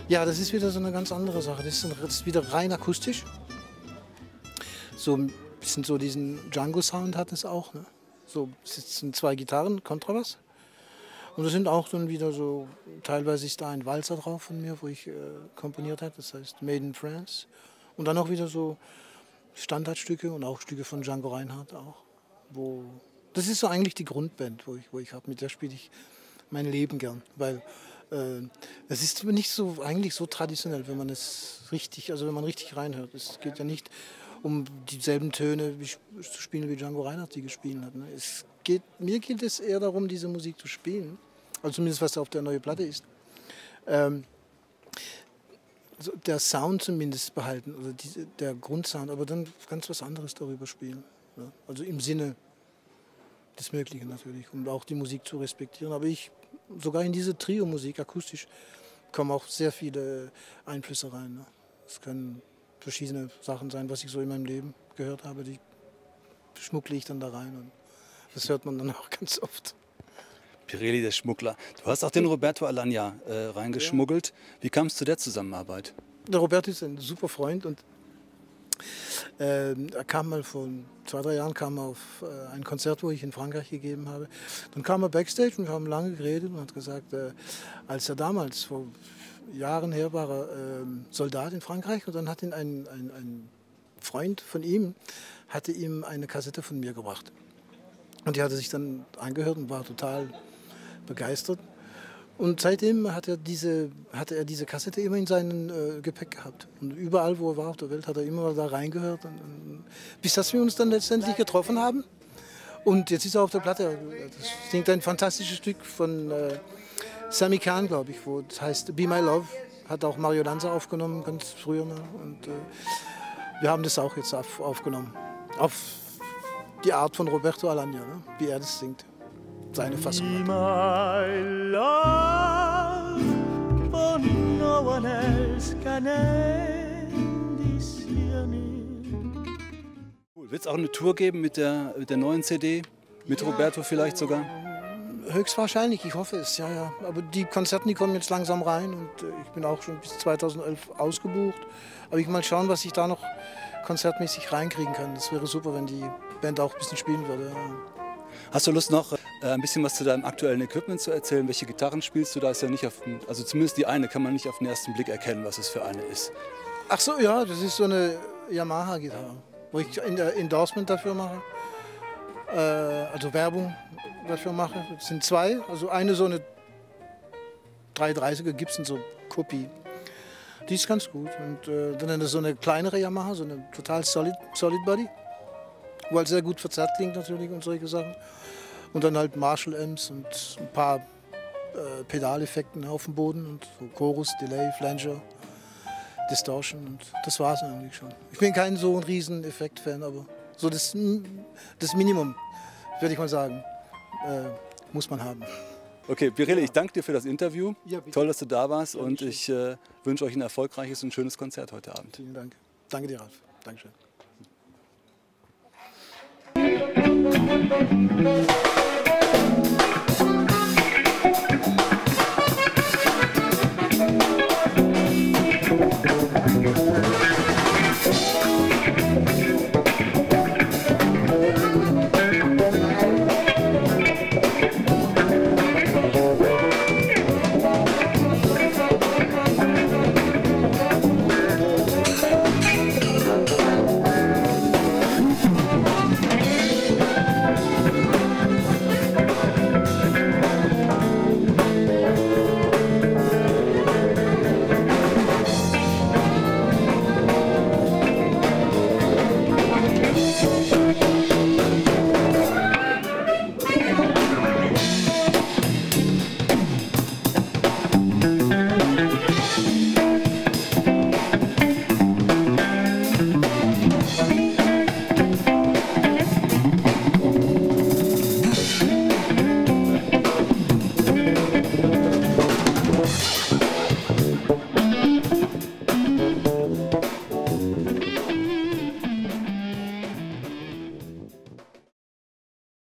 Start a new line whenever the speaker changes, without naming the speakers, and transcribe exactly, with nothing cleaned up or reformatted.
Ja, das ist wieder so eine ganz andere Sache. Das ist, das ist wieder rein akustisch. So ein bisschen so diesen Django-Sound hat es auch. Ne? So, es sind zwei Gitarren, Kontrabass. Und da sind auch dann wieder so, teilweise ist da ein Walzer drauf von mir, wo ich äh, komponiert habe, das heißt Made in France. Und dann auch wieder so Standardstücke und auch Stücke von Django Reinhardt auch. Wo, das ist so eigentlich die Grundband, wo ich, wo ich habe, mit der spiele ich mein Leben gern. Weil äh, es ist nicht so, eigentlich so traditionell, wenn man es richtig, also wenn man richtig reinhört. Es geht ja nicht um dieselben Töne wie, zu spielen, wie Django Reinhardt die gespielt hat. Ne? Es geht, mir geht es eher darum, diese Musik zu spielen. Also zumindest was auf der neuen Platte ist. Ähm, so der Sound zumindest behalten, oder die, der Grundsound, aber dann ganz was anderes darüber spielen. Ne? Also im Sinne des Möglichen natürlich, um auch die Musik zu respektieren. Aber ich, sogar in diese Trio-Musik, akustisch, kommen auch sehr viele Einflüsse rein. Ne? Es können verschiedene Sachen sein, was ich so in meinem Leben gehört habe, die schmuggle ich dann da rein. Und das hört man dann auch ganz oft.
Pirelli, der Schmuggler. Du hast auch den Roberto Alagna äh, reingeschmuggelt. Wie kam es zu der Zusammenarbeit?
Der Roberto ist ein super Freund und äh, er kam mal vor zwei, drei Jahren kam er auf äh, ein Konzert, wo ich in Frankreich gegeben habe. Dann kam er backstage und wir haben lange geredet und hat gesagt, äh, als er damals, vor Jahren her, war er äh, Soldat in Frankreich und dann hat ihn ein, ein, ein Freund von ihm, hatte ihm eine Kassette von mir gebracht. Und die hat er sich dann angehört und war total begeistert. Und seitdem hat er diese, hatte er diese Kassette immer in seinem äh, Gepäck gehabt. Und überall, wo er war auf der Welt, hat er immer da reingehört. Und, und, bis dass wir uns dann letztendlich getroffen haben. Und jetzt ist er auf der Platte. Das singt ein fantastisches Stück von äh, Sammy Cahn, glaube ich, wo das heißt Be My Love. Hat auch Mario Lanza aufgenommen, ganz früher mal. Und äh, wir haben das auch jetzt auf, aufgenommen. Auf die Art von Roberto Alagna, ne? Wie er das singt. Seine Fassung.
My love, for no one else can end this yearning.
Wird es auch eine Tour geben mit der, mit der neuen C D? Mit ja, Roberto vielleicht sogar?
Höchstwahrscheinlich, ich hoffe es, ja, ja. Aber die Konzerte, die kommen jetzt langsam rein und ich bin auch schon bis zweitausendelf ausgebucht. Aber ich will mal schauen, was ich da noch konzertmäßig reinkriegen kann. Das wäre super, wenn die Band auch ein bisschen spielen würde. Ja.
Hast du Lust noch äh, ein bisschen was zu deinem aktuellen Equipment zu erzählen? Welche Gitarren spielst du? Da ist ja nicht auf, also zumindest die eine kann man nicht auf den ersten Blick erkennen, was es für eine ist.
Ach so, ja, das ist so eine Yamaha-Gitarre, wo ich ein Endorsement dafür mache, äh, also Werbung dafür mache. Es sind zwei, also eine so eine dreihundertdreißiger Gibson, so Kopie. Die ist ganz gut. Und äh, dann ist so eine kleinere Yamaha, so eine total solid, solid Body, wo halt sehr gut verzerrt klingt natürlich und solche Sachen. Und dann halt Marshall-Amps und ein paar äh, Pedaleffekten auf dem Boden und so Chorus, Delay, Flanger, Distortion und das war's eigentlich schon. Ich bin kein so ein riesen Effekt-Fan, aber so das, das Minimum, würde ich mal sagen, äh, muss man haben.
Okay, Pirelli, ich danke dir für das Interview.
Ja,
toll, dass du da warst
ja,
und ich äh, wünsche euch ein erfolgreiches und schönes Konzert heute Abend.
Vielen Dank. Danke dir, Ralf. Dankeschön.
Thank you.